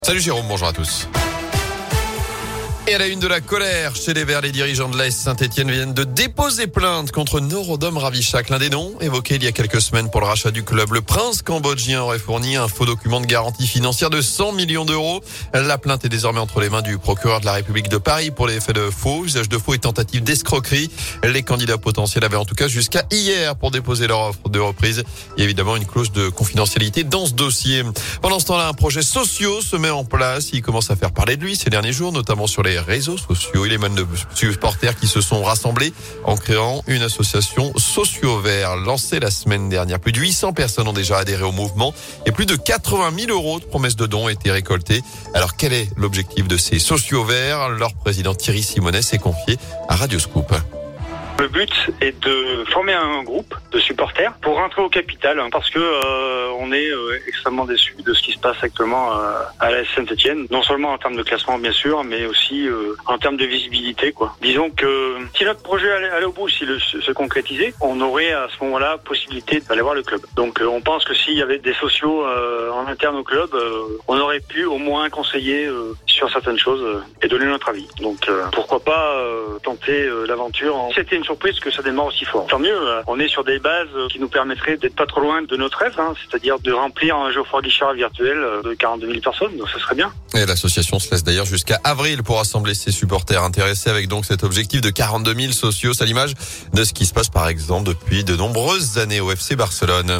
Salut Jérôme, bonjour à tous. Et à la une de la colère chez les Verts, les dirigeants de l'AS Saint-Etienne viennent de déposer plainte contre Norodom Ravitchak. L'un des noms évoqués il y a quelques semaines pour le rachat du club. Le prince cambodgien aurait fourni un faux document de garantie financière de 100 millions d'euros. La plainte est désormais entre les mains du procureur de la République de Paris pour les faits de faux, usage de faux et tentative d'escroquerie. Les candidats potentiels avaient en tout cas jusqu'à hier pour déposer leur offre de reprise. Il y a évidemment une clause de confidentialité dans ce dossier. Pendant ce temps-là, un projet social se met en place. Il commence à faire parler de lui ces derniers jours, notamment sur les réseaux sociaux. Il émane de supporters qui se sont rassemblés en créant une association socio-vert lancée la semaine dernière. Plus de 800 personnes ont déjà adhéré au mouvement et plus de 80 000 euros de promesses de dons ont été récoltés. Alors quel est l'objectif de ces socio-verts? Leur président Thierry Simonet s'est confié à Radio Scoop. Le but est de former un groupe de supporters pour rentrer au capital parce que on est extrêmement déçus de ce qui se passe actuellement à la Saint-Etienne. Non seulement en termes de classement bien sûr, mais aussi en termes de visibilité, quoi. Disons que si notre projet allait au bout, s'il se concrétisait, on aurait à ce moment-là possibilité d'aller voir le club. Donc on pense que s'il y avait des sociaux en interne au club, on aurait pu au moins conseiller sur certaines choses et donner notre avis. Donc pourquoi pas tenter l'aventure. C'était une surprise que ça démarre aussi fort. Tant mieux, on est sur des bases qui nous permettraient d'être pas trop loin de notre rêve, c'est-à-dire de remplir un Geoffroy Guichard virtuel de 42 000 personnes, donc ça serait bien. Et l'association se laisse d'ailleurs jusqu'à avril pour rassembler ses supporters intéressés avec donc cet objectif de 42 000 sociaux. C'est à l'image de ce qui se passe par exemple depuis de nombreuses années au FC Barcelone.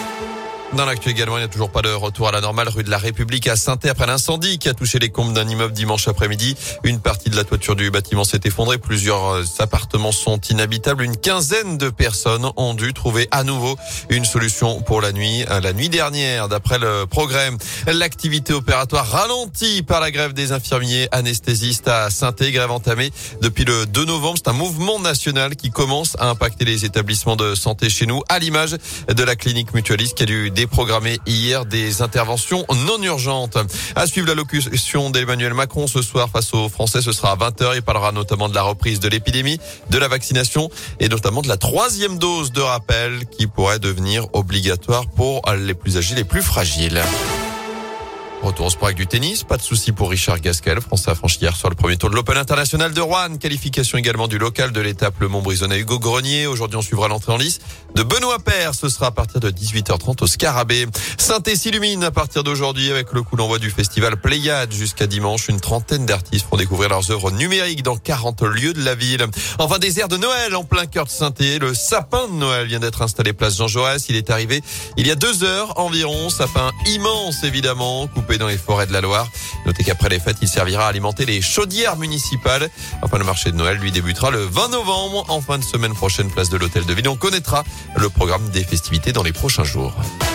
Dans l'actu également, il n'y a toujours pas de retour à la normale rue de la République à Saint-Thé après l'incendie qui a touché les combles d'un immeuble dimanche après-midi. Une partie de la toiture du bâtiment s'est effondrée. Plusieurs appartements sont inhabitables. Une quinzaine de personnes ont dû trouver à nouveau une solution pour la nuit dernière, d'après le Progrès. L'activité opératoire ralentie par la grève des infirmiers anesthésistes à Saint-Thé, grève entamée depuis le 2 novembre. C'est un mouvement national qui commence à impacter les établissements de santé chez nous, à l'image de la clinique mutualiste qui a dû déprogrammé hier des interventions non urgentes. À suivre l'allocution d'Emmanuel Macron ce soir face aux Français, ce sera à 20h. Il parlera notamment de la reprise de l'épidémie, de la vaccination et notamment de la 3e dose de rappel qui pourrait devenir obligatoire pour les plus âgés, les plus fragiles. Retour au sport avec du tennis, pas de souci pour Richard Gasquet. Le Français a franchi hier soir le premier tour de l'Open International de Rouen. Qualification également du local de l'étape Le Montbrisonnais Hugo Grenier. Aujourd'hui, on suivra l'entrée en lice de Benoît Paire. Ce sera à partir de 18h30 au Scarabée. Saint-Thé s'illumine à partir d'aujourd'hui avec le coup d'envoi du festival Pléiade jusqu'à dimanche. Une trentaine d'artistes vont découvrir leurs œuvres numériques dans 40 lieux de la ville. Enfin, des airs de Noël en plein cœur de Saint-Thé. Le sapin de Noël vient d'être installé place Jean Jaurès. Il est arrivé il y a 2 heures environ. Sapin immense évidemment, coupé dans les forêts de la Loire. Notez qu'après les fêtes, il servira à alimenter les chaudières municipales. Enfin, le marché de Noël, lui, débutera le 20 novembre. En fin de semaine prochaine, place de l'Hôtel de Ville. On connaîtra le programme des festivités dans les prochains jours.